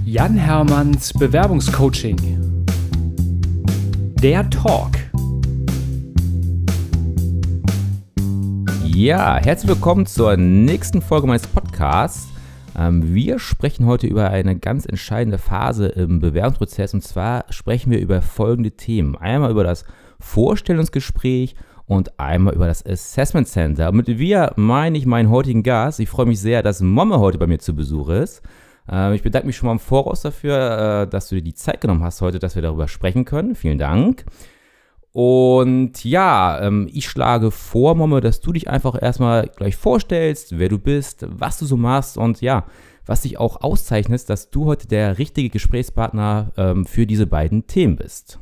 Jan Hermanns Bewerbungscoaching. Der Talk. Ja, herzlich willkommen zur nächsten Folge meines Podcasts. Wir sprechen heute über eine ganz entscheidende Phase im Bewerbungsprozess, und zwar sprechen wir über folgende Themen. Einmal über das Vorstellungsgespräch und einmal über das Assessment Center. Mit wir meine ich meinen heutigen Gast. Ich freue mich sehr, dass Momme heute bei mir zu Besuch ist. Ich bedanke mich schon mal im Voraus dafür, dass du dir die Zeit genommen hast heute, dass wir darüber sprechen können. Vielen Dank. Und ja, ich schlage vor, Momme, dass du dich einfach erstmal gleich vorstellst, wer du bist, was du so machst und ja, was dich auch auszeichnet, dass du heute der richtige Gesprächspartner für diese beiden Themen bist.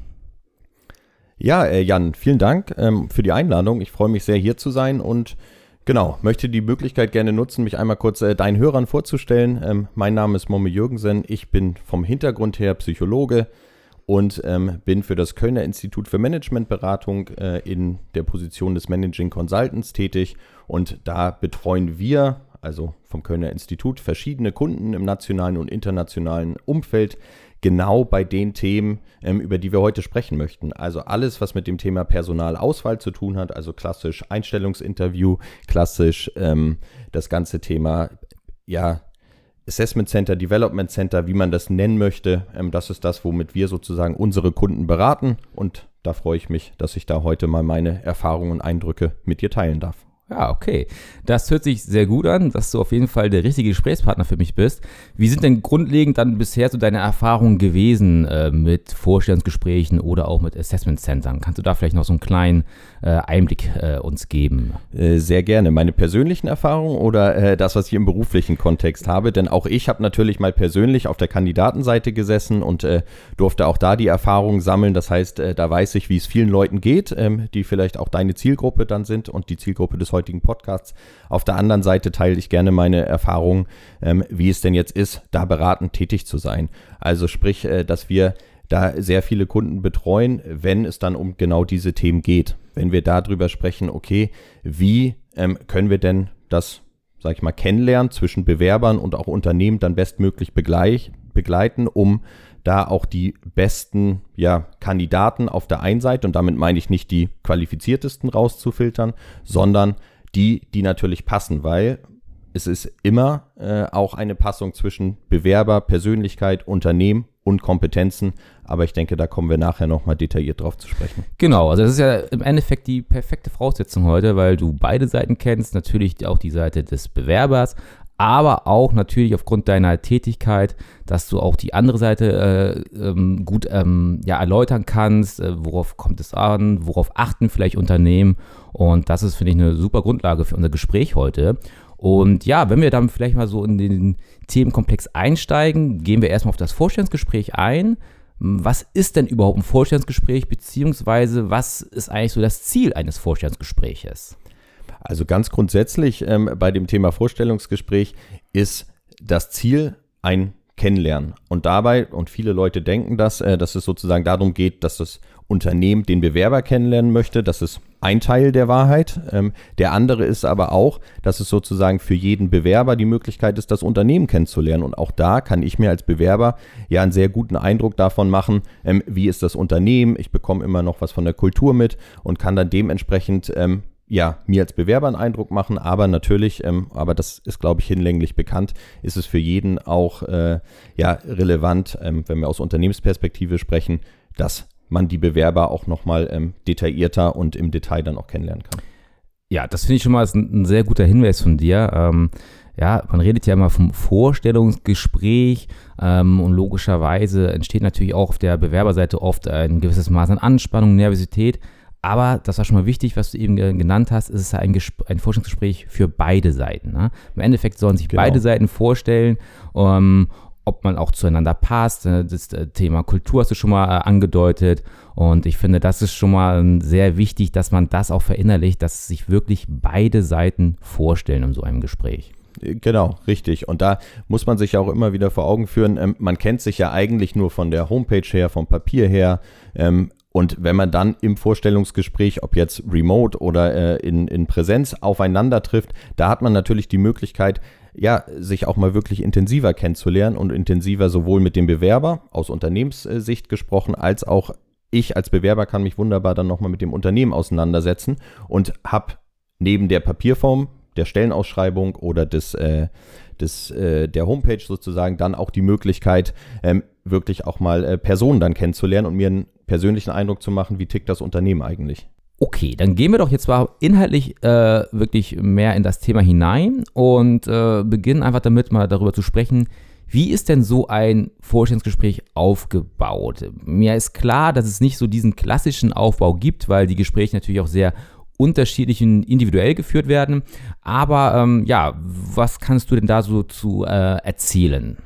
Ja, Jan, vielen Dank für die Einladung. Ich freue mich sehr, hier zu sein und genau, möchte die Möglichkeit gerne nutzen, mich einmal kurz deinen Hörern vorzustellen. Mein Name ist Momme Jürgensen, ich bin vom Hintergrund her Psychologe und bin für das Kölner Institut für Managementberatung in der Position des Managing Consultants tätig. Und da betreuen wir, also vom Kölner Institut, verschiedene Kunden im nationalen und internationalen Umfeld, genau bei den Themen, über die wir heute sprechen möchten. Also alles, was mit dem Thema Personalauswahl zu tun hat, also klassisch Einstellungsinterview, klassisch das ganze Thema, ja, Assessment Center, Development Center, wie man das nennen möchte. Das ist das, womit wir sozusagen unsere Kunden beraten. Und da freue ich mich, dass ich da heute mal meine Erfahrungen und Eindrücke mit dir teilen darf. Ja, okay. Das hört sich sehr gut an, dass du auf jeden Fall der richtige Gesprächspartner für mich bist. Wie sind denn grundlegend dann bisher so deine Erfahrungen gewesen mit Vorstellungsgesprächen oder auch mit Assessment Centern? Kannst du da vielleicht noch so einen kleinen Einblick uns geben? Sehr gerne. Meine persönlichen Erfahrungen oder das, was ich im beruflichen Kontext habe? Denn auch ich habe natürlich mal persönlich auf der Kandidatenseite gesessen und durfte auch da die Erfahrungen sammeln. Das heißt, da weiß ich, wie es vielen Leuten geht, die vielleicht auch deine Zielgruppe dann sind und die Zielgruppe des heutigen Podcasts. Auf der anderen Seite teile ich gerne meine Erfahrungen, wie es denn jetzt ist, da beratend tätig zu sein. Also sprich, dass wir da sehr viele Kunden betreuen, wenn es dann um genau diese Themen geht. Wenn wir darüber sprechen, okay, wie können wir denn das, sag ich mal, Kennenlernen zwischen Bewerbern und auch Unternehmen dann bestmöglich begleiten, um da auch die besten Kandidaten auf der einen Seite, und damit meine ich nicht die qualifiziertesten rauszufiltern, sondern die natürlich passen, weil es ist immer auch eine Passung zwischen Bewerber, Persönlichkeit, Unternehmen und Kompetenzen, aber ich denke, da kommen wir nachher nochmal detailliert drauf zu sprechen. Genau, also das ist ja im Endeffekt die perfekte Voraussetzung heute, weil du beide Seiten kennst, natürlich auch die Seite des Bewerbers, aber auch natürlich aufgrund deiner Tätigkeit, dass du auch die andere Seite gut erläutern kannst, worauf kommt es an, worauf achten vielleicht Unternehmen, und das ist, finde ich, eine super Grundlage für unser Gespräch heute. Und ja, wenn wir dann vielleicht mal so in den Themenkomplex einsteigen, gehen wir erstmal auf das Vorstellungsgespräch ein. Was ist denn überhaupt ein Vorstellungsgespräch, beziehungsweise was ist eigentlich so das Ziel eines Vorstellungsgespräches? Also ganz grundsätzlich bei dem Thema Vorstellungsgespräch ist das Ziel ein Kennenlernen. Und dabei, und viele Leute denken dass es sozusagen darum geht, dass das Unternehmen den Bewerber kennenlernen möchte. Das ist ein Teil der Wahrheit. Der andere ist aber auch, dass es sozusagen für jeden Bewerber die Möglichkeit ist, das Unternehmen kennenzulernen. Und auch da kann ich mir als Bewerber ja einen sehr guten Eindruck davon machen, wie ist das Unternehmen. Ich bekomme immer noch was von der Kultur mit und kann dann dementsprechend mir als Bewerber einen Eindruck machen, aber natürlich, aber das ist, glaube ich, hinlänglich bekannt, ist es für jeden auch relevant, wenn wir aus Unternehmensperspektive sprechen, dass man die Bewerber auch nochmal detaillierter und im Detail dann auch kennenlernen kann. Ja, das finde ich schon mal ein sehr guter Hinweis von dir. Man redet ja immer vom Vorstellungsgespräch und logischerweise entsteht natürlich auch auf der Bewerberseite oft ein gewisses Maß an Anspannung, Nervosität. Aber das war schon mal wichtig, was du eben genannt hast, ist es ja ein Forschungsgespräch für beide Seiten. Ne? Im Endeffekt sollen sich beide Seiten vorstellen, ob man auch zueinander passt. Das Thema Kultur hast du schon mal angedeutet. Und ich finde, das ist schon mal sehr wichtig, dass man das auch verinnerlicht, dass sich wirklich beide Seiten vorstellen in so einem Gespräch. Genau, richtig. Und da muss man sich auch immer wieder vor Augen führen, man kennt sich ja eigentlich nur von der Homepage her, vom Papier her. Und wenn man dann im Vorstellungsgespräch, ob jetzt remote oder in Präsenz aufeinander trifft, da hat man natürlich die Möglichkeit, sich auch mal wirklich intensiver kennenzulernen und intensiver sowohl mit dem Bewerber aus Unternehmenssicht gesprochen, als auch ich als Bewerber kann mich wunderbar dann nochmal mit dem Unternehmen auseinandersetzen und habe neben der Papierform, der Stellenausschreibung oder der Homepage sozusagen dann auch die Möglichkeit, wirklich auch mal Personen dann kennenzulernen und mir einen persönlichen Eindruck zu machen, wie tickt das Unternehmen eigentlich. Okay, dann gehen wir doch jetzt mal inhaltlich wirklich mehr in das Thema hinein und beginnen einfach damit, mal darüber zu sprechen, wie ist denn so ein Vorstellungsgespräch aufgebaut? Mir ist klar, dass es nicht so diesen klassischen Aufbau gibt, weil die Gespräche natürlich auch sehr unterschiedlich und individuell geführt werden. Aber was kannst du denn da so zu erzählen?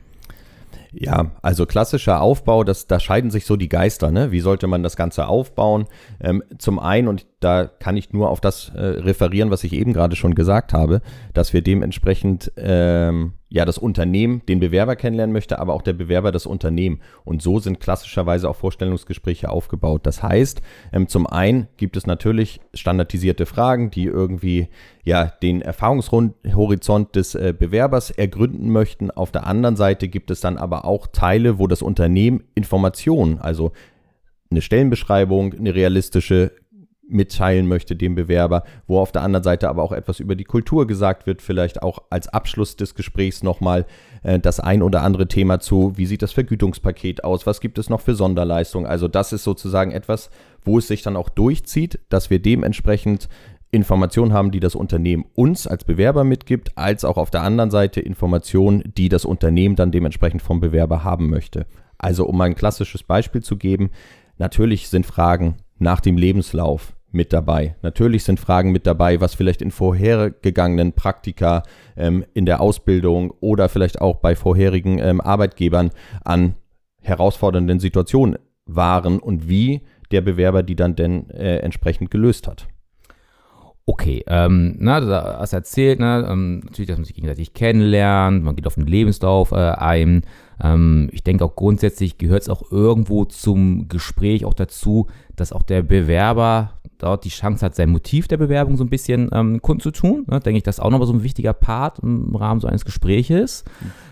Ja, also klassischer Aufbau, da scheiden sich so die Geister, ne? Wie sollte man das Ganze aufbauen? Zum einen, und da kann ich nur auf das referieren, was ich eben gerade schon gesagt habe, dass wir dementsprechend das Unternehmen, den Bewerber kennenlernen möchte, aber auch der Bewerber das Unternehmen. Und so sind klassischerweise auch Vorstellungsgespräche aufgebaut. Das heißt, zum einen gibt es natürlich standardisierte Fragen, die irgendwie den Erfahrungshorizont des Bewerbers ergründen möchten. Auf der anderen Seite gibt es dann aber auch Teile, wo das Unternehmen Informationen, also eine Stellenbeschreibung, eine realistische mitteilen möchte dem Bewerber, wo auf der anderen Seite aber auch etwas über die Kultur gesagt wird, vielleicht auch als Abschluss des Gesprächs nochmal das ein oder andere Thema zu, wie sieht das Vergütungspaket aus, was gibt es noch für Sonderleistungen. Also das ist sozusagen etwas, wo es sich dann auch durchzieht, dass wir dementsprechend Informationen haben, die das Unternehmen uns als Bewerber mitgibt, als auch auf der anderen Seite Informationen, die das Unternehmen dann dementsprechend vom Bewerber haben möchte. Also um mal ein klassisches Beispiel zu geben, natürlich sind Fragen nach dem Lebenslauf mit dabei. Natürlich sind Fragen mit dabei, was vielleicht in vorhergegangenen Praktika in der Ausbildung oder vielleicht auch bei vorherigen Arbeitgebern an herausfordernden Situationen waren und wie der Bewerber die dann denn entsprechend gelöst hat. Okay, du hast erzählt, natürlich, dass man sich gegenseitig kennenlernt, man geht auf den Lebenslauf ein. Ich denke auch grundsätzlich gehört es auch irgendwo zum Gespräch auch dazu, dass auch der Bewerber dort die Chance hat, sein Motiv der Bewerbung so ein bisschen kundzutun. Denke ich, das ist auch nochmal so ein wichtiger Part im Rahmen so eines Gespräches.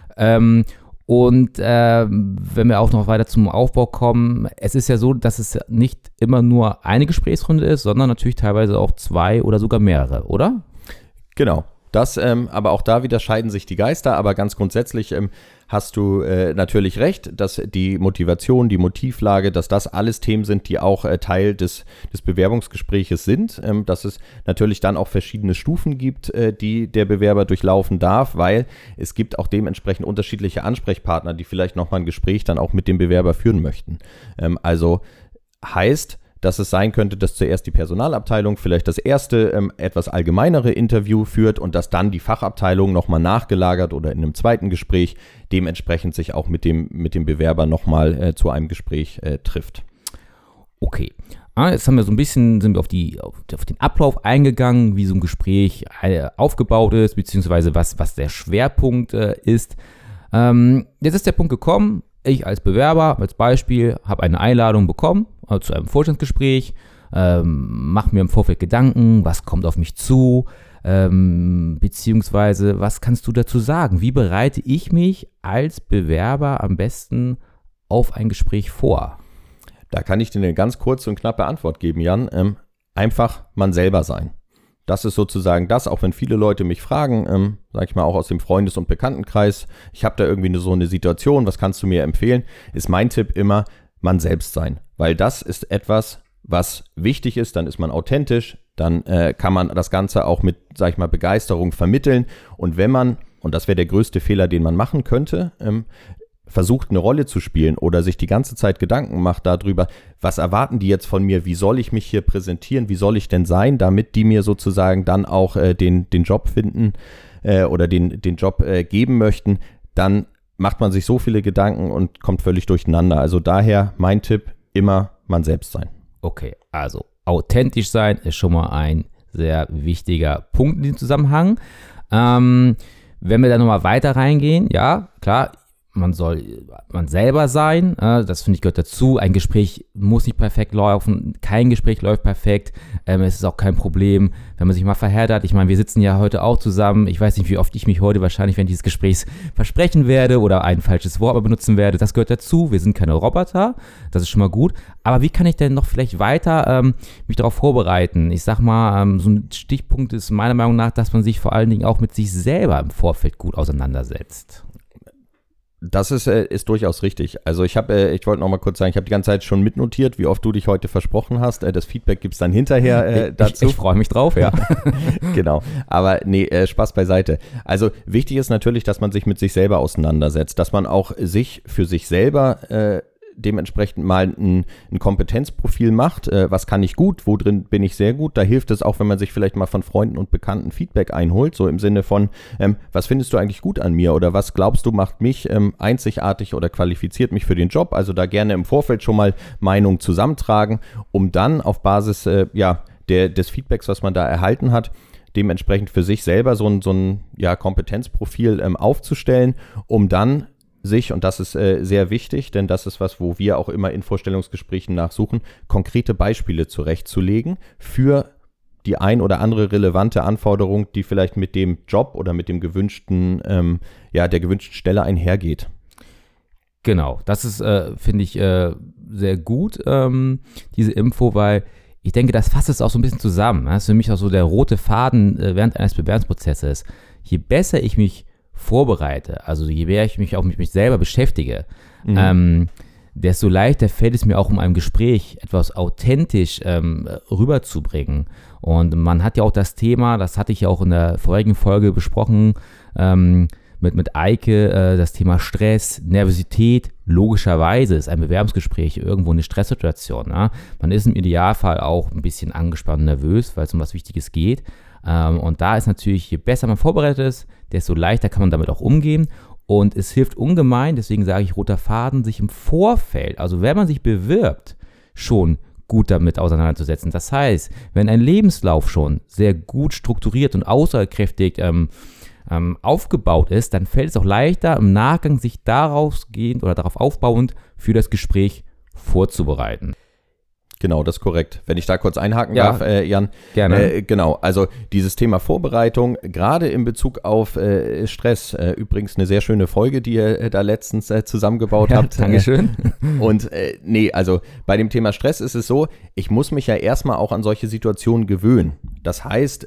Und wenn wir auch noch weiter zum Aufbau kommen, es ist ja so, dass es nicht immer nur eine Gesprächsrunde ist, sondern natürlich teilweise auch 2 oder sogar mehrere, oder? Genau. Aber auch da wieder scheiden sich die Geister, aber ganz grundsätzlich hast du natürlich recht, dass die Motivation, die Motivlage, dass das alles Themen sind, die auch Teil des Bewerbungsgespräches sind, dass es natürlich dann auch verschiedene Stufen gibt, die der Bewerber durchlaufen darf, weil es gibt auch dementsprechend unterschiedliche Ansprechpartner, die vielleicht nochmal ein Gespräch dann auch mit dem Bewerber führen möchten. Also heißt, dass es sein könnte, dass zuerst die Personalabteilung vielleicht das erste etwas allgemeinere Interview führt und dass dann die Fachabteilung nochmal nachgelagert oder in einem zweiten Gespräch dementsprechend sich auch mit dem Bewerber nochmal zu einem Gespräch trifft. Okay, jetzt haben wir so ein bisschen, sind wir auf den Ablauf eingegangen, wie so ein Gespräch aufgebaut ist, beziehungsweise was der Schwerpunkt ist. Jetzt ist der Punkt gekommen, ich als Bewerber, als Beispiel, habe eine Einladung bekommen zu einem Vorstellungsgespräch, mache mir im Vorfeld Gedanken, was kommt auf mich zu, beziehungsweise was kannst du dazu sagen? Wie bereite ich mich als Bewerber am besten auf ein Gespräch vor? Da kann ich dir eine ganz kurze und knappe Antwort geben, Jan. Einfach man selber sein. Das ist sozusagen das, auch wenn viele Leute mich fragen, sage ich mal auch aus dem Freundes- und Bekanntenkreis, ich habe da irgendwie so eine Situation, was kannst du mir empfehlen, ist mein Tipp immer, man selbst sein. Weil das ist etwas, was wichtig ist, dann ist man authentisch, dann kann man das Ganze auch mit, sage ich mal, Begeisterung vermitteln. Und wenn man, und das wäre der größte Fehler, den man machen könnte, versucht eine Rolle zu spielen oder sich die ganze Zeit Gedanken macht darüber, was erwarten die jetzt von mir, wie soll ich mich hier präsentieren, wie soll ich denn sein, damit die mir sozusagen dann auch den Job finden oder den Job geben möchten, dann macht man sich so viele Gedanken und kommt völlig durcheinander. Also daher mein Tipp, immer man selbst sein. Okay, also authentisch sein ist schon mal ein sehr wichtiger Punkt in diesem Zusammenhang. Wenn wir da nochmal weiter reingehen, ja, klar, man soll man selber sein, das finde ich gehört dazu. Ein Gespräch muss nicht perfekt laufen, kein Gespräch läuft perfekt, es ist auch kein Problem, wenn man sich mal verheddert. Ich meine, wir sitzen ja heute auch zusammen, ich weiß nicht, wie oft ich mich heute wahrscheinlich während dieses Gesprächs versprechen werde oder ein falsches Wort benutzen werde, das gehört dazu, wir sind keine Roboter, das ist schon mal gut, aber wie kann ich denn noch vielleicht weiter mich darauf vorbereiten? Ich sag mal, so ein Stichpunkt ist meiner Meinung nach, dass man sich vor allen Dingen auch mit sich selber im Vorfeld gut auseinandersetzt. Das ist durchaus richtig. Also ich wollte noch mal kurz sagen, ich habe die ganze Zeit schon mitnotiert, wie oft du dich heute versprochen hast. Das Feedback gibt es dann hinterher dazu. Ich freue mich drauf, ja. Genau, aber nee, Spaß beiseite. Also wichtig ist natürlich, dass man sich mit sich selber auseinandersetzt, dass man auch für sich selber dementsprechend mal ein Kompetenzprofil macht, was kann ich gut, wo drin bin ich sehr gut. Da hilft es auch, wenn man sich vielleicht mal von Freunden und Bekannten Feedback einholt, so im Sinne von, was findest du eigentlich gut an mir oder was glaubst du macht mich einzigartig oder qualifiziert mich für den Job. Also da gerne im Vorfeld schon mal Meinungen zusammentragen, um dann auf Basis des Feedbacks, was man da erhalten hat, dementsprechend für sich selber so ein Kompetenzprofil aufzustellen, um dann sich, und das ist sehr wichtig, denn das ist was, wo wir auch immer in Vorstellungsgesprächen nachsuchen, konkrete Beispiele zurechtzulegen für die ein oder andere relevante Anforderung, die vielleicht mit dem Job oder mit dem gewünschten, der gewünschten Stelle einhergeht. Genau, das ist, finde ich, sehr gut, diese Info, weil ich denke, das fasst es auch so ein bisschen zusammen. Das ist für mich auch so der rote Faden während eines Bewerbungsprozesses. Je besser ich mich vorbereite, also je mehr ich mich auch mit mich selber beschäftige, desto leichter fällt es mir auch, um einem Gespräch etwas authentisch rüberzubringen. Und man hat ja auch das Thema, das hatte ich ja auch in der vorigen Folge besprochen, mit Eike, das Thema Stress, Nervosität. Logischerweise ist ein Bewerbungsgespräch irgendwo eine Stresssituation. Ja? Man ist im Idealfall auch ein bisschen angespannt und nervös, weil es um was Wichtiges geht. Und da ist natürlich, je besser man vorbereitet ist, desto leichter kann man damit auch umgehen. Und es hilft ungemein, deswegen sage ich roter Faden, sich im Vorfeld, also wenn man sich bewirbt, schon gut damit auseinanderzusetzen. Das heißt, wenn ein Lebenslauf schon sehr gut strukturiert und aussagekräftig aufgebaut ist, dann fällt es auch leichter, im Nachgang sich darauf aufbauend für das Gespräch vorzubereiten. Genau, das ist korrekt. Wenn ich da kurz einhaken darf, Jan. Gerne. Genau, also dieses Thema Vorbereitung, gerade in Bezug auf Stress, übrigens eine sehr schöne Folge, die ihr da letztens zusammengebaut habt. Dankeschön. Und also bei dem Thema Stress ist es so, ich muss mich ja erstmal auch an solche Situationen gewöhnen. Das heißt,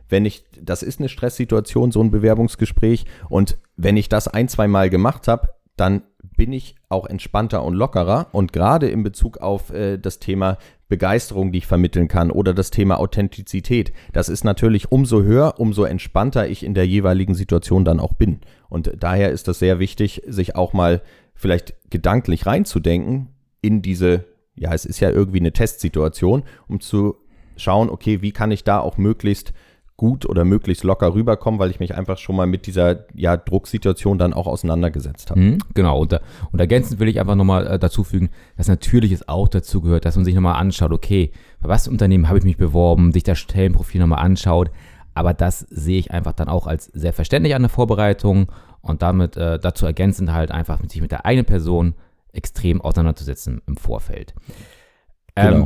das ist eine Stresssituation, so ein Bewerbungsgespräch, und wenn ich das 1-2 Mal gemacht habe, dann bin ich auch entspannter und lockerer, und gerade in Bezug auf das Thema Begeisterung, die ich vermitteln kann, oder das Thema Authentizität, das ist natürlich umso höher, umso entspannter ich in der jeweiligen Situation dann auch bin. Und daher ist das sehr wichtig, sich auch mal vielleicht gedanklich reinzudenken in diese, es ist ja irgendwie eine Testsituation, um zu schauen, okay, wie kann ich da auch möglichst gut oder möglichst locker rüberkommen, weil ich mich einfach schon mal mit dieser Drucksituation dann auch auseinandergesetzt habe. Genau, und ergänzend will ich einfach nochmal dazu fügen, dass natürlich es auch dazu gehört, dass man sich nochmal anschaut, okay, bei was für Unternehmen habe ich mich beworben, sich das Stellenprofil nochmal anschaut, aber das sehe ich einfach dann auch als sehr verständlich an der Vorbereitung, und damit dazu ergänzend halt einfach sich mit der eigenen Person extrem auseinanderzusetzen im Vorfeld. Genau.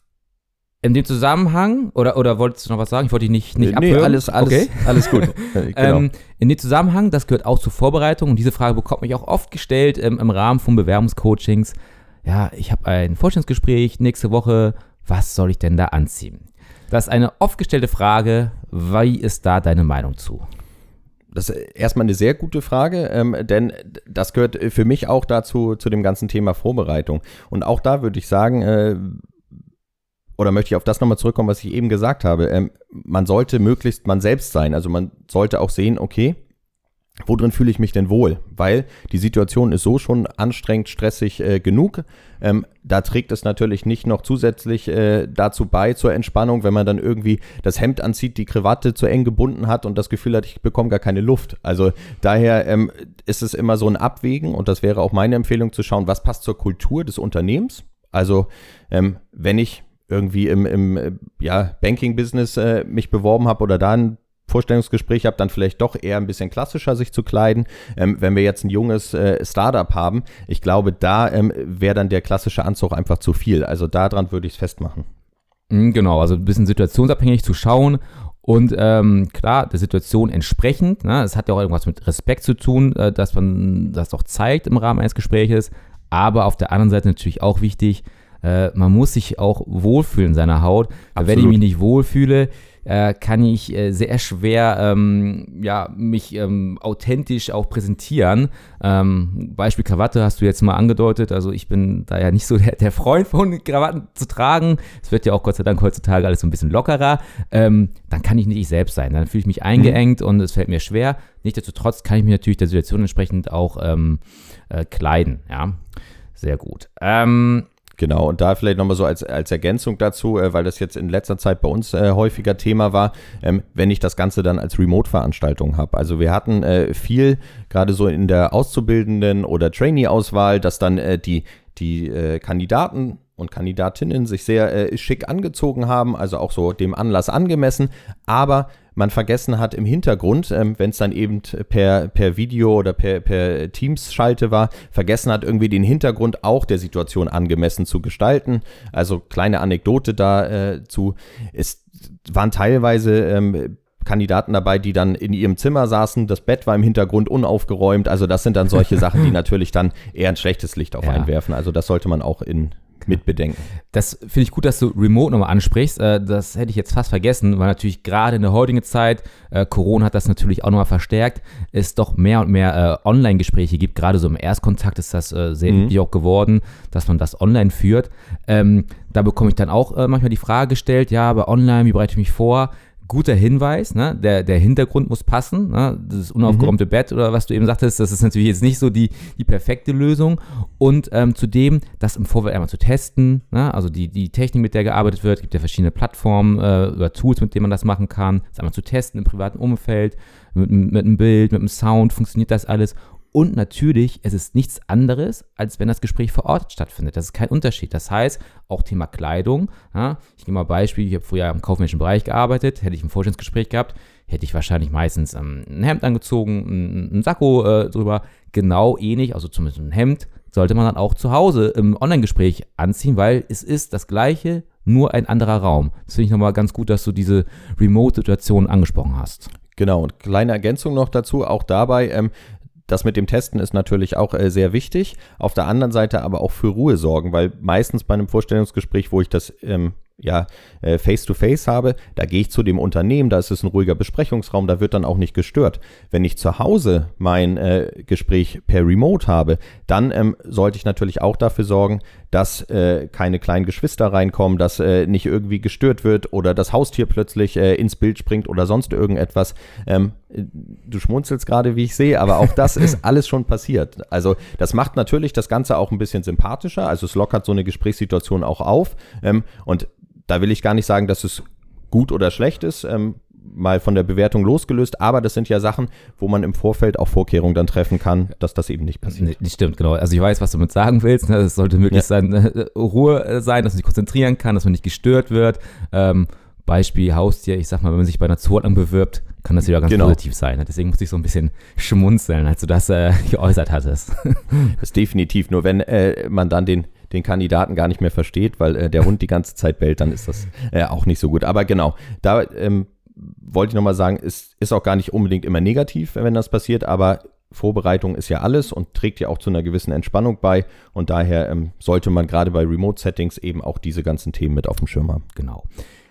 In dem Zusammenhang, oder wolltest du noch was sagen? Ich wollte dich nicht abhören. Nee, alles gut. Genau. In dem Zusammenhang, das gehört auch zur Vorbereitung, und diese Frage bekommt mich auch oft gestellt im Rahmen von Bewerbungscoachings. Ja, ich habe ein Vorstellungsgespräch nächste Woche, was soll ich denn da anziehen? Das ist eine oft gestellte Frage. Wie ist da deine Meinung zu? Das ist erstmal eine sehr gute Frage, denn das gehört für mich auch dazu, zu dem ganzen Thema Vorbereitung. Und auch da würde ich sagen, oder möchte ich auf das nochmal zurückkommen, was ich eben gesagt habe. Man sollte möglichst man selbst sein. Also man sollte auch sehen, okay, worin fühle ich mich denn wohl? Weil die Situation ist so schon anstrengend, stressig genug. Da trägt es natürlich nicht noch zusätzlich dazu bei, zur Entspannung, wenn man dann irgendwie das Hemd anzieht, die Krawatte zu eng gebunden hat und das Gefühl hat, ich bekomme gar keine Luft. Also daher ist es immer so ein Abwägen, und das wäre auch meine Empfehlung, zu schauen, was passt zur Kultur des Unternehmens. Also wenn ich irgendwie im Banking-Business mich beworben habe oder da ein Vorstellungsgespräch habe, dann vielleicht doch eher ein bisschen klassischer sich zu kleiden. Wenn wir jetzt ein junges Startup haben, ich glaube, da wäre dann der klassische Anzug einfach zu viel. Also daran würde ich es festmachen. Genau, also ein bisschen situationsabhängig zu schauen und klar, der Situation entsprechend. Ne, es hat ja auch irgendwas mit Respekt zu tun, dass man das auch zeigt im Rahmen eines Gespräches. Aber auf der anderen Seite natürlich auch wichtig, man muss sich auch wohlfühlen in seiner Haut. Absolut. Wenn ich mich nicht wohlfühle, kann ich sehr schwer mich authentisch auch präsentieren. Beispiel Krawatte hast du jetzt mal angedeutet. Also ich bin da ja nicht so der Freund von Krawatten zu tragen. Es wird ja auch Gott sei Dank heutzutage alles so ein bisschen lockerer. Dann kann ich nicht ich selbst sein. Dann fühle ich mich eingeengt und es fällt mir schwer. Nichtsdestotrotz kann ich mich natürlich der Situation entsprechend auch kleiden. Ja, sehr gut. Genau, und da vielleicht nochmal so als Ergänzung dazu, weil das jetzt in letzter Zeit bei uns häufiger Thema war, wenn ich das Ganze dann als Remote-Veranstaltung habe. Also wir hatten viel, gerade so in der Auszubildenden- oder Trainee-Auswahl, dass dann die Kandidaten und Kandidatinnen sich sehr schick angezogen haben, also auch so dem Anlass angemessen, aber man vergessen hat im Hintergrund, wenn es dann eben per Video oder per Teams-Schalte war, vergessen hat irgendwie den Hintergrund auch der Situation angemessen zu gestalten. Also kleine Anekdote dazu, es waren teilweise Kandidaten dabei, die dann in ihrem Zimmer saßen, das Bett war im Hintergrund unaufgeräumt, also das sind dann solche Sachen, die natürlich dann eher ein schlechtes Licht auf einwerfen, also das sollte man auch mit bedenken. Das finde ich gut, dass du Remote nochmal ansprichst. Das hätte ich jetzt fast vergessen, weil natürlich gerade in der heutigen Zeit, Corona hat das natürlich auch nochmal verstärkt, es doch mehr und mehr Online-Gespräche gibt. Gerade so im Erstkontakt ist das sehr üblich auch geworden, dass man das online führt. Da bekomme ich dann auch manchmal die Frage gestellt, ja, aber online, wie bereite ich mich vor? Guter Hinweis, ne? Der Hintergrund muss passen, ne? Das unaufgeräumte Bett oder was du eben sagtest, das ist natürlich jetzt nicht so die perfekte Lösung und zudem das im Vorfeld einmal zu testen, ne? Also die Technik, mit der gearbeitet wird, gibt ja verschiedene Plattformen oder Tools, mit denen man das machen kann, das einmal zu testen im privaten Umfeld, mit einem Bild, mit einem Sound, funktioniert das alles. Und natürlich, es ist nichts anderes, als wenn das Gespräch vor Ort stattfindet. Das ist kein Unterschied. Das heißt, auch Thema Kleidung. Ja, ich gebe mal ein Beispiel, ich habe früher im kaufmännischen Bereich gearbeitet, hätte ich ein Vorstellungsgespräch gehabt, hätte ich wahrscheinlich meistens ein Hemd angezogen, ein Sakko drüber. Genau ähnlich, also zumindest ein Hemd, sollte man dann auch zu Hause im Online-Gespräch anziehen, weil es ist das Gleiche, nur ein anderer Raum. Das finde ich nochmal ganz gut, dass du diese Remote-Situation angesprochen hast. Genau, und kleine Ergänzung noch dazu, auch dabei, das mit dem Testen ist natürlich auch sehr wichtig. Auf der anderen Seite aber auch für Ruhe sorgen, weil meistens bei einem Vorstellungsgespräch, wo ich das face-to-face habe, da gehe ich zu dem Unternehmen, da ist es ein ruhiger Besprechungsraum, da wird dann auch nicht gestört. Wenn ich zu Hause mein Gespräch per Remote habe, dann sollte ich natürlich auch dafür sorgen, dass keine kleinen Geschwister reinkommen, dass nicht irgendwie gestört wird oder das Haustier plötzlich ins Bild springt oder sonst irgendetwas. Du schmunzelst gerade, wie ich sehe, aber auch das ist alles schon passiert. Also das macht natürlich das Ganze auch ein bisschen sympathischer, also es lockert so eine Gesprächssituation auch auf und da will ich gar nicht sagen, dass es gut oder schlecht ist, mal von der Bewertung losgelöst, aber das sind ja Sachen, wo man im Vorfeld auch Vorkehrungen dann treffen kann, dass das eben nicht passiert. Nee, stimmt, genau. Also ich weiß, was du mit sagen willst. Es sollte möglichst Ruhe sein, dass man sich konzentrieren kann, dass man nicht gestört wird. Beispiel Haustier, ich sag mal, wenn man sich bei einer Zuordnung bewirbt, kann das wieder ganz positiv sein. Deswegen musste ich so ein bisschen schmunzeln, als du das geäußert hattest. Das ist definitiv, nur wenn man dann den Kandidaten gar nicht mehr versteht, weil der Hund die ganze Zeit bellt, dann ist das auch nicht so gut. Aber genau, da wollte ich nochmal sagen, ist auch gar nicht unbedingt immer negativ, wenn das passiert, aber Vorbereitung ist ja alles und trägt ja auch zu einer gewissen Entspannung bei und daher sollte man gerade bei Remote-Settings eben auch diese ganzen Themen mit auf dem Schirm haben. Genau.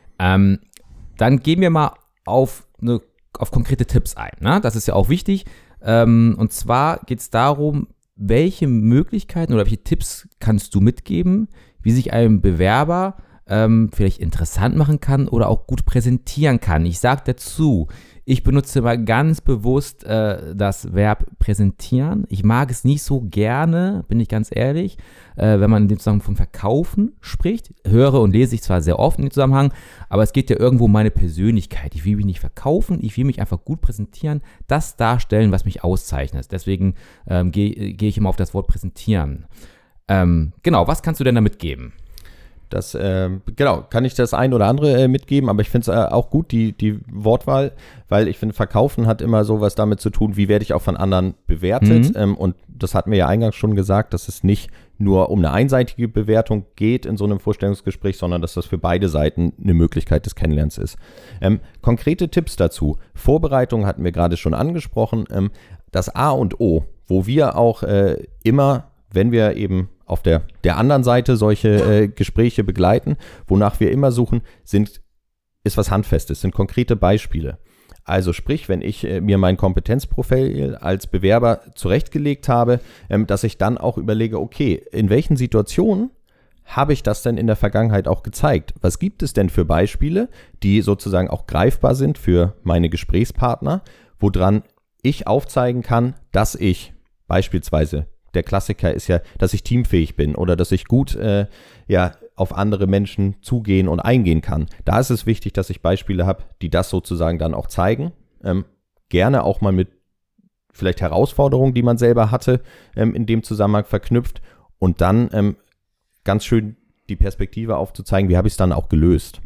Dann gehen wir mal auf konkrete Tipps ein. Ne? Das ist ja auch wichtig. Und zwar geht es darum, welche Möglichkeiten oder welche Tipps kannst du mitgeben, wie sich ein Bewerber vielleicht interessant machen kann oder auch gut präsentieren kann. Ich sage dazu, ich benutze mal ganz bewusst das Verb präsentieren. Ich mag es nicht so gerne, bin ich ganz ehrlich, wenn man in dem Zusammenhang vom Verkaufen spricht. Höre und lese ich zwar sehr oft in dem Zusammenhang, aber es geht ja irgendwo um meine Persönlichkeit. Ich will mich nicht verkaufen, ich will mich einfach gut präsentieren, das darstellen, was mich auszeichnet. Deswegen gehe ich immer auf das Wort präsentieren. Genau, was kannst du denn damit geben? Das, genau, kann ich das ein oder andere mitgeben, aber ich finde es auch gut, die Wortwahl, weil ich finde, Verkaufen hat immer so was damit zu tun, wie werde ich auch von anderen bewertet. Und das hatten wir ja eingangs schon gesagt, dass es nicht nur um eine einseitige Bewertung geht in so einem Vorstellungsgespräch, sondern dass das für beide Seiten eine Möglichkeit des Kennenlernens ist. Konkrete Tipps dazu. Vorbereitung hatten wir gerade schon angesprochen. Das A und O, wo wir auch immer, wenn wir eben auf der anderen Seite solche Gespräche begleiten, wonach wir immer suchen, ist was Handfestes, sind konkrete Beispiele. Also sprich, wenn ich mir mein Kompetenzprofil als Bewerber zurechtgelegt habe, dass ich dann auch überlege, okay, in welchen Situationen habe ich das denn in der Vergangenheit auch gezeigt? Was gibt es denn für Beispiele, die sozusagen auch greifbar sind für meine Gesprächspartner, woran ich aufzeigen kann, dass ich beispielsweise, der Klassiker ist ja, dass ich teamfähig bin oder dass ich gut auf andere Menschen zugehen und eingehen kann. Da ist es wichtig, dass ich Beispiele habe, die das sozusagen dann auch zeigen. Gerne auch mal mit vielleicht Herausforderungen, die man selber hatte, in dem Zusammenhang verknüpft und dann ganz schön die Perspektive aufzuzeigen, wie habe ich es dann auch gelöst.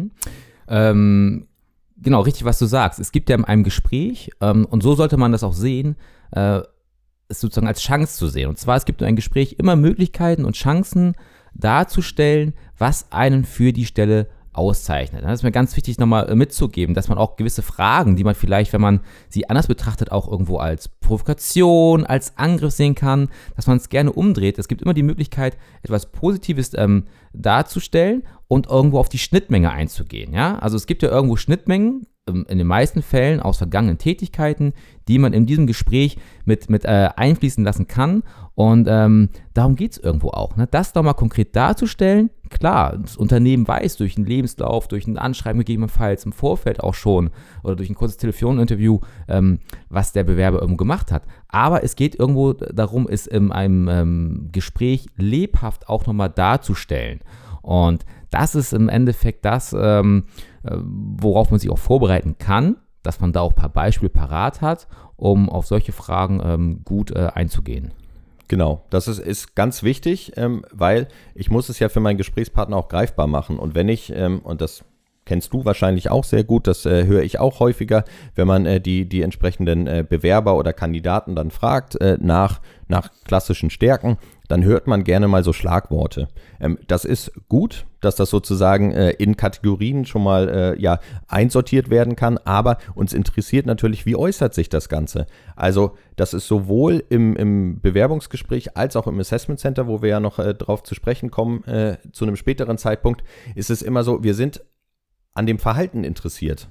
Genau, richtig, was du sagst. Es gibt ja in einem Gespräch, und so sollte man das auch sehen, es sozusagen als Chance zu sehen. Und zwar, es gibt in einem Gespräch immer Möglichkeiten und Chancen darzustellen, was einen für die Stelle auszeichnet. Das ist mir ganz wichtig nochmal mitzugeben, dass man auch gewisse Fragen, die man vielleicht, wenn man sie anders betrachtet, auch irgendwo als Provokation, als Angriff sehen kann, dass man es gerne umdreht. Es gibt immer die Möglichkeit, etwas Positives darzustellen und irgendwo auf die Schnittmenge einzugehen. Ja? Also es gibt ja irgendwo Schnittmengen, in den meisten Fällen aus vergangenen Tätigkeiten, die man in diesem Gespräch mit einfließen lassen kann. Und darum geht es irgendwo auch. Ne? Das doch mal konkret darzustellen. Klar, das Unternehmen weiß durch einen Lebenslauf, durch ein Anschreiben gegebenenfalls im Vorfeld auch schon oder durch ein kurzes Telefoninterview, was der Bewerber irgendwo gemacht hat. Aber es geht irgendwo darum, es in einem Gespräch lebhaft auch nochmal darzustellen. Und das ist im Endeffekt das, worauf man sich auch vorbereiten kann, dass man da auch ein paar Beispiele parat hat, um auf solche Fragen gut einzugehen. Genau, das ist ganz wichtig, weil ich muss es ja für meinen Gesprächspartner auch greifbar machen. Und wenn ich, und das kennst du wahrscheinlich auch sehr gut, das höre ich auch häufiger, wenn man die entsprechenden Bewerber oder Kandidaten dann fragt nach klassischen Stärken, dann hört man gerne mal so Schlagworte. Das ist gut, dass das sozusagen in Kategorien schon mal einsortiert werden kann, aber uns interessiert natürlich, wie äußert sich das Ganze. Also das ist sowohl im Bewerbungsgespräch als auch im Assessment Center, wo wir ja noch drauf zu sprechen kommen, zu einem späteren Zeitpunkt, ist es immer so, wir sind an dem Verhalten interessiert.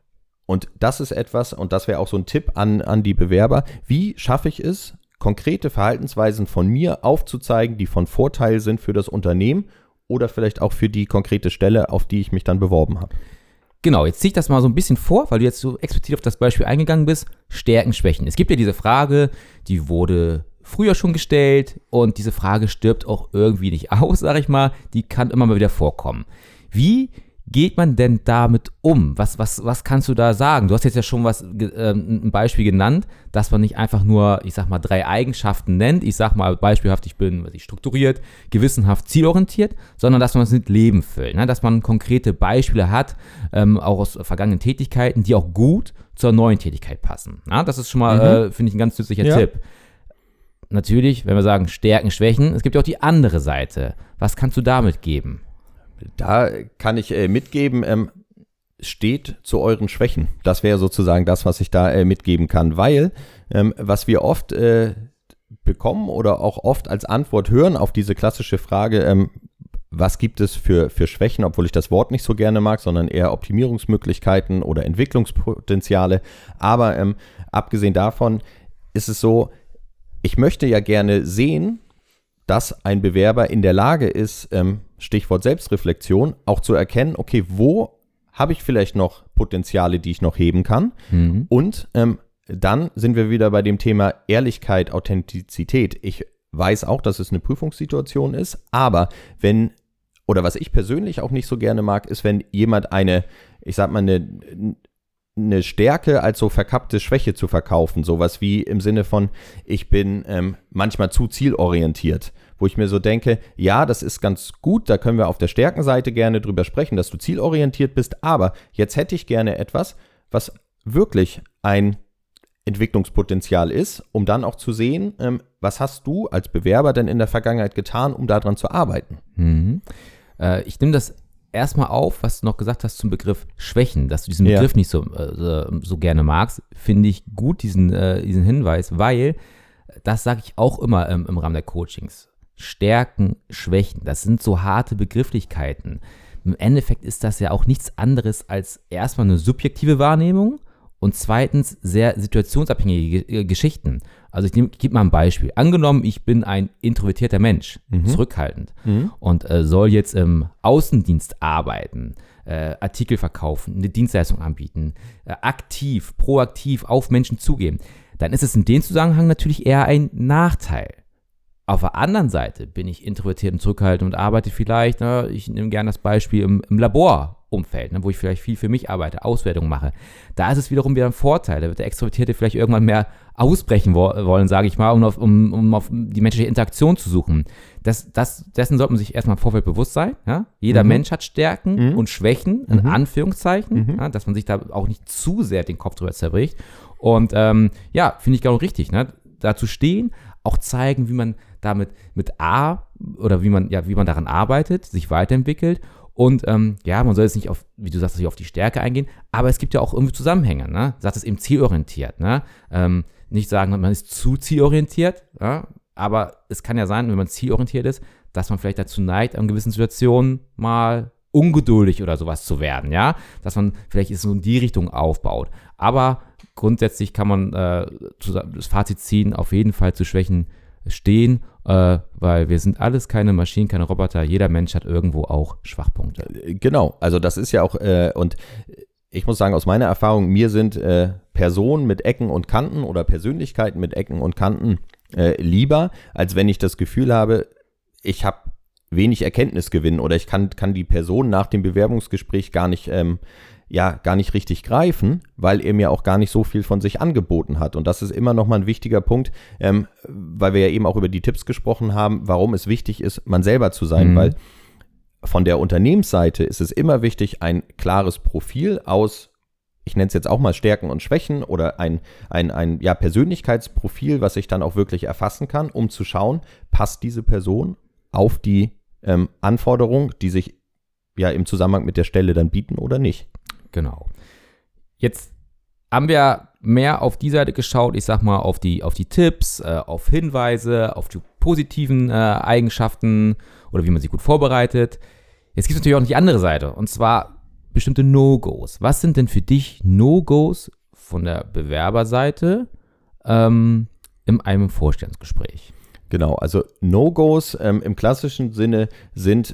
Und das ist etwas, und das wäre auch so ein Tipp an die Bewerber, wie schaffe ich es, konkrete Verhaltensweisen von mir aufzuzeigen, die von Vorteil sind für das Unternehmen oder vielleicht auch für die konkrete Stelle, auf die ich mich dann beworben habe. Genau, jetzt ziehe ich das mal so ein bisschen vor, weil du jetzt so explizit auf das Beispiel eingegangen bist, Stärken, Schwächen. Es gibt ja diese Frage, die wurde früher schon gestellt und diese Frage stirbt auch irgendwie nicht aus, sag ich mal, die kann immer mal wieder vorkommen. Wie geht man denn damit um? Was kannst du da sagen? Du hast jetzt ja schon ein Beispiel genannt, dass man nicht einfach nur, ich sag mal, 3 Eigenschaften nennt. Ich sag mal beispielhaft, ich bin strukturiert, gewissenhaft, zielorientiert, sondern dass man es mit Leben füllt. Ne? Dass man konkrete Beispiele hat, auch aus vergangenen Tätigkeiten, die auch gut zur neuen Tätigkeit passen. Na? Das ist schon mal, finde ich, ein ganz nützlicher Tipp. Natürlich, wenn wir sagen Stärken, Schwächen, es gibt ja auch die andere Seite. Was kannst du damit geben? Da kann ich mitgeben, steht zu euren Schwächen. Das wäre sozusagen das, was ich da mitgeben kann, weil was wir oft bekommen oder auch oft als Antwort hören auf diese klassische Frage, was gibt es für Schwächen, obwohl ich das Wort nicht so gerne mag, sondern eher Optimierungsmöglichkeiten oder Entwicklungspotenziale. Aber abgesehen davon ist es so, ich möchte ja gerne sehen, dass ein Bewerber in der Lage ist, Stichwort Selbstreflexion, auch zu erkennen, okay, wo habe ich vielleicht noch Potenziale, die ich noch heben kann? Und dann sind wir wieder bei dem Thema Ehrlichkeit, Authentizität. Ich weiß auch, dass es eine Prüfungssituation ist, aber was ich persönlich auch nicht so gerne mag, ist, wenn jemand eine Stärke als so verkappte Schwäche zu verkaufen. Sowas wie im Sinne von, ich bin manchmal zu zielorientiert. wo ich mir so denke, ja, das ist ganz gut, da können wir auf der Stärkenseite gerne drüber sprechen, dass du zielorientiert bist, aber jetzt hätte ich gerne etwas, was wirklich ein Entwicklungspotenzial ist, um dann auch zu sehen, was hast du als Bewerber denn in der Vergangenheit getan, um daran zu arbeiten? Ich nehme das erstmal auf, was du noch gesagt hast zum Begriff Schwächen, dass du diesen Begriff nicht so gerne magst, finde ich gut, diesen Hinweis, weil das sage ich auch immer im Rahmen der Coachings. Stärken, Schwächen, das sind so harte Begrifflichkeiten. Im Endeffekt ist das ja auch nichts anderes als erstmal eine subjektive Wahrnehmung und zweitens sehr situationsabhängige Geschichten. Also ich gebe mal ein Beispiel. Angenommen, ich bin ein introvertierter Mensch, zurückhaltend und soll jetzt im Außendienst arbeiten, Artikel verkaufen, eine Dienstleistung anbieten, aktiv, proaktiv auf Menschen zugehen. Dann ist es in dem Zusammenhang natürlich eher ein Nachteil. Auf der anderen Seite bin ich introvertiert und zurückhaltend und arbeite vielleicht, ich nehme gerne das Beispiel im Laborumfeld, wo ich vielleicht viel für mich arbeite, Auswertungen mache. Da ist es wiederum wieder ein Vorteil. Da wird der Extrovertierte vielleicht irgendwann mehr ausbrechen wollen, sage ich mal, um auf die menschliche Interaktion zu suchen. Dessen sollte man sich erstmal im Vorfeld bewusst sein. Ja? Jeder Mensch hat Stärken und Schwächen, in Anführungszeichen, dass man sich da auch nicht zu sehr den Kopf drüber zerbricht. Und finde ich genau richtig, da zu stehen, auch zeigen, wie man damit wie man daran arbeitet, sich weiterentwickelt. Und man soll jetzt nicht auf, wie du sagst, auf die Stärke eingehen, aber es gibt ja auch irgendwie Zusammenhänge, ne? Sagt es eben zielorientiert, ne? Nicht sagen, man ist zu zielorientiert, ja? Aber es kann ja sein, wenn man zielorientiert ist, dass man vielleicht dazu neigt, in gewissen Situationen mal ungeduldig oder sowas zu werden, ja? Dass man vielleicht so in die Richtung aufbaut. Aber grundsätzlich kann man das Fazit ziehen, auf jeden Fall zu Schwächen stehen, weil wir sind alles keine Maschinen, keine Roboter. Jeder Mensch hat irgendwo auch Schwachpunkte. Genau, also das ist ja auch, und ich muss sagen, aus meiner Erfahrung, mir sind Personen mit Ecken und Kanten oder Persönlichkeiten mit Ecken und Kanten lieber, als wenn ich das Gefühl habe, ich habe wenig Erkenntnisgewinn oder ich kann die Person nach dem Bewerbungsgespräch gar nicht richtig greifen, weil er mir auch gar nicht so viel von sich angeboten hat. Und das ist immer noch mal ein wichtiger Punkt, weil wir ja eben auch über die Tipps gesprochen haben, warum es wichtig ist, man selber zu sein, weil von der Unternehmensseite ist es immer wichtig, ein klares Profil aus, ich nenne es jetzt auch mal Stärken und Schwächen oder ein Persönlichkeitsprofil, was ich dann auch wirklich erfassen kann, um zu schauen, passt diese Person auf die Anforderungen, die sich ja im Zusammenhang mit der Stelle dann bieten oder nicht. Genau. Jetzt haben wir mehr auf die Seite geschaut, ich sag mal auf die Tipps, auf Hinweise, auf die positiven Eigenschaften oder wie man sich gut vorbereitet. Jetzt gibt es natürlich auch noch die andere Seite und zwar bestimmte No-Gos. Was sind denn für dich No-Gos von der Bewerberseite in einem Vorstellungsgespräch? Genau, also No-Gos im klassischen Sinne sind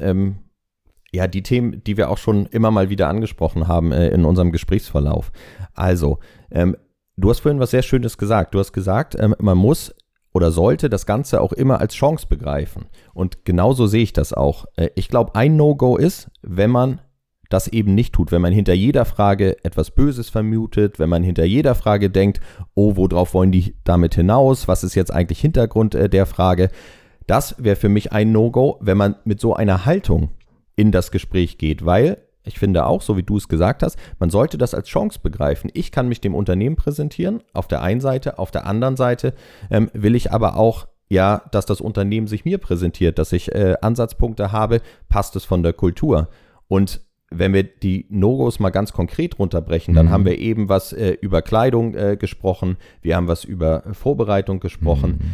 die Themen, die wir auch schon immer mal wieder angesprochen haben in unserem Gesprächsverlauf. Also, du hast vorhin was sehr Schönes gesagt. Du hast gesagt, man muss oder sollte das Ganze auch immer als Chance begreifen. Und genauso sehe ich das auch. Ich glaube, ein No-Go ist, wenn man das eben nicht tut, wenn man hinter jeder Frage etwas Böses vermutet, wenn man hinter jeder Frage denkt, oh, worauf wollen die damit hinaus, was ist jetzt eigentlich Hintergrund der Frage. Das wäre für mich ein No-Go, wenn man mit so einer Haltung in das Gespräch geht, weil ich finde auch, so wie du es gesagt hast, man sollte das als Chance begreifen. Ich kann mich dem Unternehmen präsentieren, auf der einen Seite, auf der anderen Seite will ich aber auch, dass das Unternehmen sich mir präsentiert, dass ich Ansatzpunkte habe, passt es von der Kultur. Und wenn wir die No-Gos mal ganz konkret runterbrechen, dann haben wir eben was über Kleidung gesprochen, wir haben was über Vorbereitung gesprochen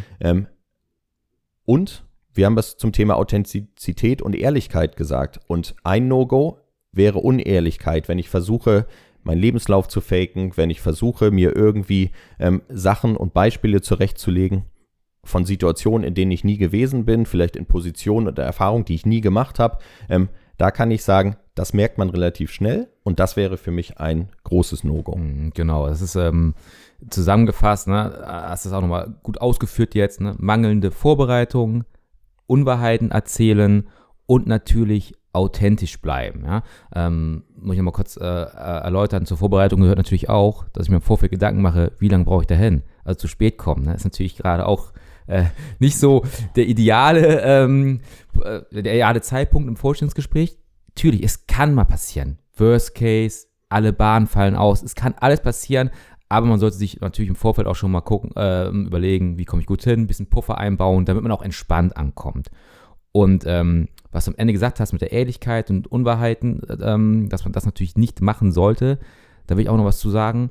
und wir haben was zum Thema Authentizität und Ehrlichkeit gesagt. Und ein No-Go wäre Unehrlichkeit, wenn ich versuche, meinen Lebenslauf zu faken, wenn ich versuche, mir irgendwie Sachen und Beispiele zurechtzulegen von Situationen, in denen ich nie gewesen bin, vielleicht in Positionen oder Erfahrungen, die ich nie gemacht habe. Da kann ich sagen, das merkt man relativ schnell und das wäre für mich ein großes No-Go. Genau, das ist zusammengefasst, hast du das auch nochmal gut ausgeführt jetzt, mangelnde Vorbereitung, Unwahrheiten erzählen und natürlich authentisch bleiben. Ja? Muss ich nochmal kurz erläutern, zur Vorbereitung gehört natürlich auch, dass ich mir im Vorfeld Gedanken mache, wie lange brauche ich dahin? Also zu spät kommen, ist natürlich gerade auch nicht so der ideale Zeitpunkt im Vorstellungsgespräch. Natürlich, es kann mal passieren. Worst Case, alle Bahnen fallen aus. Es kann alles passieren, aber man sollte sich natürlich im Vorfeld auch schon mal überlegen, wie komme ich gut hin, ein bisschen Puffer einbauen, damit man auch entspannt ankommt. Und was du am Ende gesagt hast mit der Ehrlichkeit und Unwahrheiten, dass man das natürlich nicht machen sollte, da will ich auch noch was zu sagen,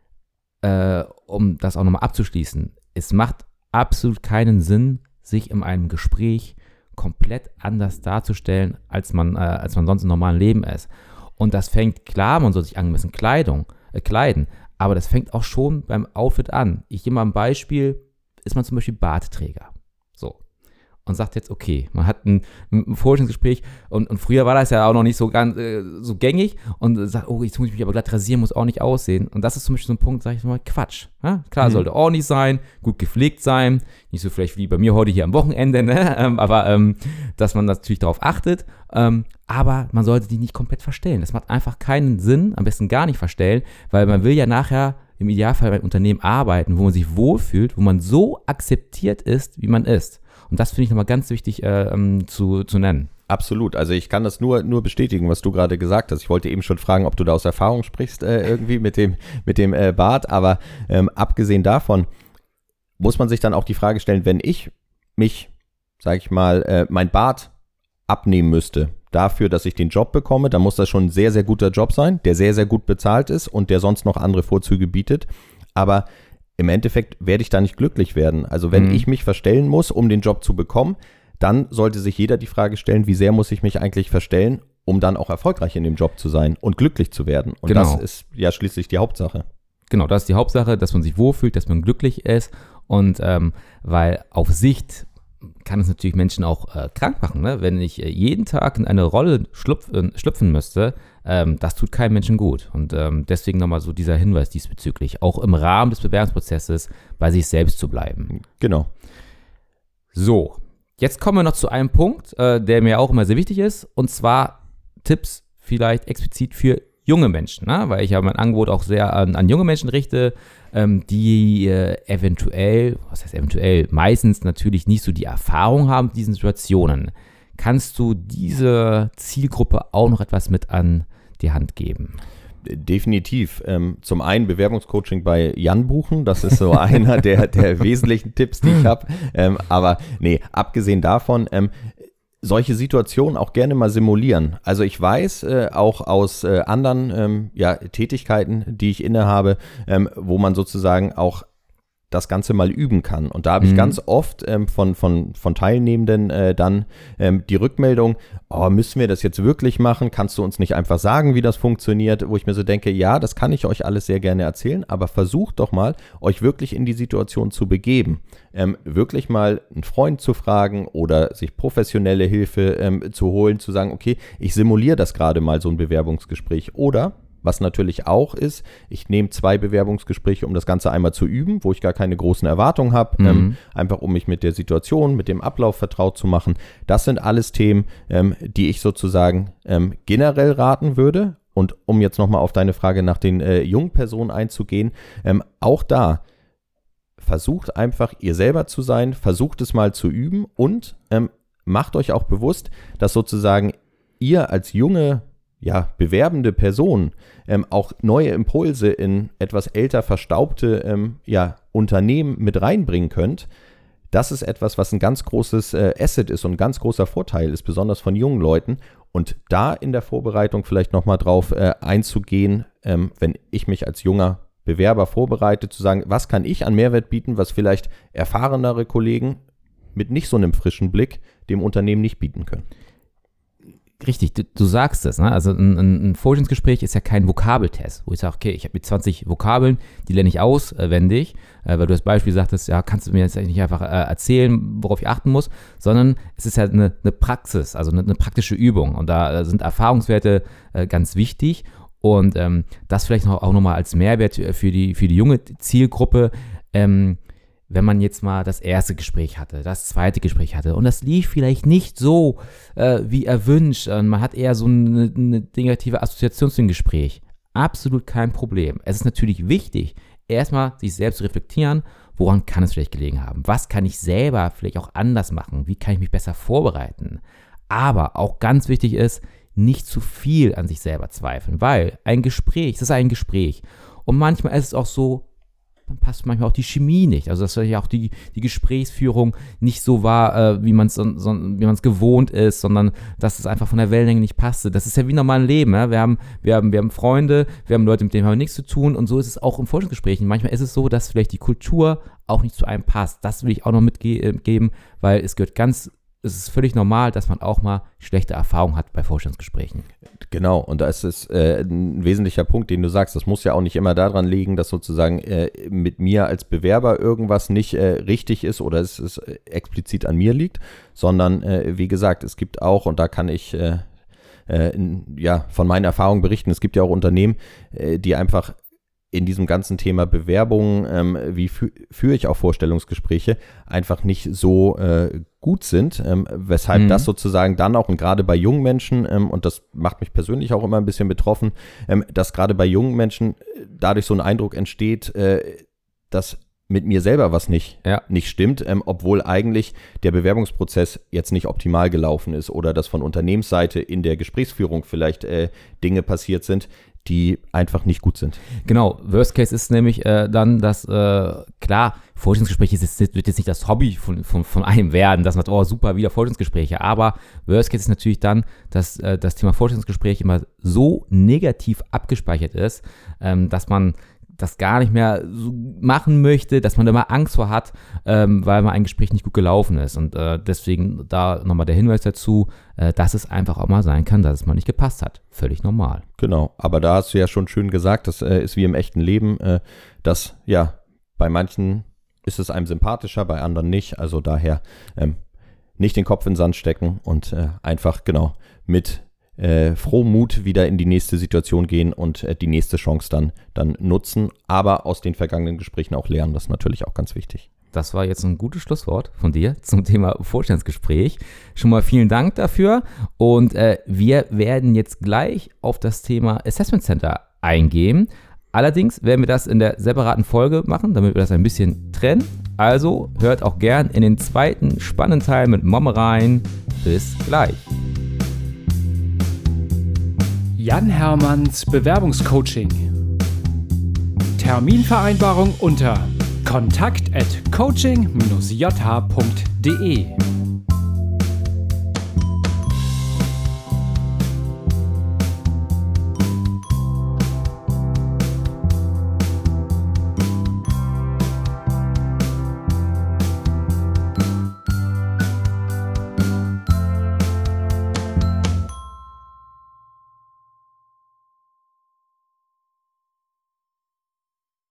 um das auch nochmal abzuschließen. Es macht absolut keinen Sinn, sich in einem Gespräch komplett anders darzustellen, als man sonst im normalen Leben ist. Und das fängt, klar, man soll sich angemessen kleiden, aber das fängt auch schon beim Outfit an. Ich gebe mal ein Beispiel, ist man zum Beispiel Bartträger. So. Und sagt jetzt, okay, man hat ein Vorstellungsgespräch und früher war das ja auch noch nicht so ganz so gängig und sagt, oh, jetzt muss ich mich aber glatt rasieren, muss auch nicht aussehen. Und das ist zum Beispiel so ein Punkt, sage ich mal, Quatsch. Ja? Klar, sollte ordentlich sein, gut gepflegt sein, nicht so vielleicht wie bei mir heute hier am Wochenende, ne? Aber dass man natürlich darauf achtet, aber man sollte die nicht komplett verstellen. Das macht einfach keinen Sinn, am besten gar nicht verstellen, weil man will ja nachher im Idealfall bei einem Unternehmen arbeiten, wo man sich wohlfühlt, wo man so akzeptiert ist, wie man ist. Und das finde ich nochmal ganz wichtig zu nennen. Absolut. Also ich kann das nur bestätigen, was du gerade gesagt hast. Ich wollte eben schon fragen, ob du da aus Erfahrung sprichst irgendwie mit dem Bart. Aber abgesehen davon muss man sich dann auch die Frage stellen, wenn ich mich, sage ich mal, mein Bart abnehmen müsste dafür, dass ich den Job bekomme, dann muss das schon ein sehr, sehr guter Job sein, der sehr, sehr gut bezahlt ist und der sonst noch andere Vorzüge bietet. Aber im Endeffekt werde ich da nicht glücklich werden. Also wenn ich mich verstellen muss, um den Job zu bekommen, dann sollte sich jeder die Frage stellen, wie sehr muss ich mich eigentlich verstellen, um dann auch erfolgreich in dem Job zu sein und glücklich zu werden. Und das ist ja schließlich die Hauptsache. Genau, das ist die Hauptsache, dass man sich wohlfühlt, dass man glücklich ist und weil auf Sicht kann es natürlich Menschen auch krank machen, ne? Wenn ich jeden Tag in eine Rolle schlüpfen müsste, das tut keinem Menschen gut. Und deswegen nochmal so dieser Hinweis diesbezüglich, auch im Rahmen des Bewerbungsprozesses bei sich selbst zu bleiben. Genau. So, jetzt kommen wir noch zu einem Punkt, der mir auch immer sehr wichtig ist, und zwar Tipps vielleicht explizit für junge Menschen, ne? Weil ich ja mein Angebot auch sehr an junge Menschen richte, die eventuell, meistens natürlich nicht so die Erfahrung haben mit diesen Situationen. Kannst du diese Zielgruppe auch noch etwas mit an die Hand geben? Definitiv. Zum einen Bewerbungscoaching bei Jan buchen, das ist so einer der wesentlichen Tipps, die ich habe. Aber nee, abgesehen davon, solche Situationen auch gerne mal simulieren. Also ich weiß auch aus anderen Tätigkeiten, die ich innehabe, wo man sozusagen auch das Ganze mal üben kann. Und da habe ich ganz oft von Teilnehmenden dann die Rückmeldung, müssen wir das jetzt wirklich machen? Kannst du uns nicht einfach sagen, wie das funktioniert? Wo ich mir so denke, ja, das kann ich euch alles sehr gerne erzählen, aber versucht doch mal, euch wirklich in die Situation zu begeben. Wirklich mal einen Freund zu fragen oder sich professionelle Hilfe zu holen, zu sagen, okay, ich simuliere das gerade mal, so ein Bewerbungsgespräch. Oder was natürlich auch ist, ich nehme 2 Bewerbungsgespräche, um das Ganze einmal zu üben, wo ich gar keine großen Erwartungen habe, einfach um mich mit der Situation, mit dem Ablauf vertraut zu machen. Das sind alles Themen, die ich sozusagen generell raten würde. Und um jetzt nochmal auf deine Frage nach den jungen Personen einzugehen, auch da, versucht einfach ihr selber zu sein, versucht es mal zu üben und macht euch auch bewusst, dass sozusagen ihr als junge bewerbende Person auch neue Impulse in etwas älter verstaubte Unternehmen mit reinbringen könnt. Das ist etwas, was ein ganz großes Asset ist und ein ganz großer Vorteil ist, besonders von jungen Leuten. Und da in der Vorbereitung vielleicht nochmal drauf einzugehen, wenn ich mich als junger Bewerber vorbereite, zu sagen, was kann ich an Mehrwert bieten, was vielleicht erfahrenere Kollegen mit nicht so einem frischen Blick dem Unternehmen nicht bieten können. Richtig, du sagst es, ne? Also ein Vorstellungsgespräch ist ja kein Vokabeltest, wo ich sage, okay, ich habe mit 20 Vokabeln, die lerne ich auswendig, weil du das Beispiel sagtest, ja, kannst du mir jetzt nicht einfach erzählen, worauf ich achten muss, sondern es ist ja eine Praxis, also eine praktische Übung und da sind Erfahrungswerte ganz wichtig und das vielleicht auch nochmal als Mehrwert für die junge Zielgruppe, wenn man jetzt mal das erste Gespräch hatte, das zweite Gespräch hatte und das lief vielleicht nicht so, wie erwünscht, man hat eher so eine negative Assoziation zu dem Gespräch. Absolut kein Problem. Es ist natürlich wichtig, erstmal sich selbst zu reflektieren, woran kann es vielleicht gelegen haben? Was kann ich selber vielleicht auch anders machen? Wie kann ich mich besser vorbereiten? Aber auch ganz wichtig ist, nicht zu viel an sich selber zweifeln, weil es ist ein Gespräch. Und manchmal ist es auch so, dann passt manchmal auch die Chemie nicht. Also dass vielleicht auch die Gesprächsführung nicht so war, wie man es gewohnt ist, sondern dass es einfach von der Wellenlänge nicht passte. Das ist ja wie normal im Leben. Ja? Wir haben Freunde, wir haben Leute, mit denen haben wir nichts zu tun, und so ist es auch im Vorstellungsgesprächen. Manchmal ist es so, dass vielleicht die Kultur auch nicht zu einem passt. Das will ich auch noch mitgeben, weil es ist völlig normal, dass man auch mal schlechte Erfahrungen hat bei Vorstellungsgesprächen. Genau, und da ist es ein wesentlicher Punkt, den du sagst. Das muss ja auch nicht immer daran liegen, dass sozusagen mit mir als Bewerber irgendwas nicht richtig ist oder es explizit an mir liegt, sondern wie gesagt, es gibt auch, und da kann ich von meinen Erfahrungen berichten, es gibt ja auch Unternehmen, die einfach in diesem ganzen Thema Bewerbungen, wie führe ich auch Vorstellungsgespräche, einfach nicht so gut sind, weshalb das sozusagen dann auch, und gerade bei jungen Menschen, und das macht mich persönlich auch immer ein bisschen betroffen, dass gerade bei jungen Menschen dadurch so ein Eindruck entsteht, dass mit mir selber was nicht stimmt, obwohl eigentlich der Bewerbungsprozess jetzt nicht optimal gelaufen ist oder dass von Unternehmensseite in der Gesprächsführung vielleicht Dinge passiert sind, die einfach nicht gut sind. Genau, Worst Case ist nämlich dann, dass, klar, Vorstellungsgespräche wird jetzt nicht das Hobby von einem werden, dass man sagt, oh super, wieder Vorstellungsgespräche, aber Worst Case ist natürlich dann, dass das Thema Vorstellungsgespräche immer so negativ abgespeichert ist, dass man das gar nicht mehr so machen möchte, dass man da mal Angst vor hat, weil mal ein Gespräch nicht gut gelaufen ist. Und deswegen da nochmal der Hinweis dazu, dass es einfach auch mal sein kann, dass es mal nicht gepasst hat. Völlig normal. Genau, aber da hast du ja schon schön gesagt, das ist wie im echten Leben, dass ja, bei manchen ist es einem sympathischer, bei anderen nicht. Also daher nicht den Kopf in den Sand stecken und einfach mit frohem Mut wieder in die nächste Situation gehen und die nächste Chance dann nutzen, aber aus den vergangenen Gesprächen auch lernen. Das ist natürlich auch ganz wichtig. Das war jetzt ein gutes Schlusswort von dir zum Thema Vorstellungsgespräch. Schon mal vielen Dank dafür, und wir werden jetzt gleich auf das Thema Assessment Center eingehen. Allerdings werden wir das in der separaten Folge machen, damit wir das ein bisschen trennen. Also hört auch gern in den zweiten spannenden Teil mit Momme rein. Bis gleich. Jan Hermanns Bewerbungscoaching. Terminvereinbarung unter kontakt@coaching-jh.de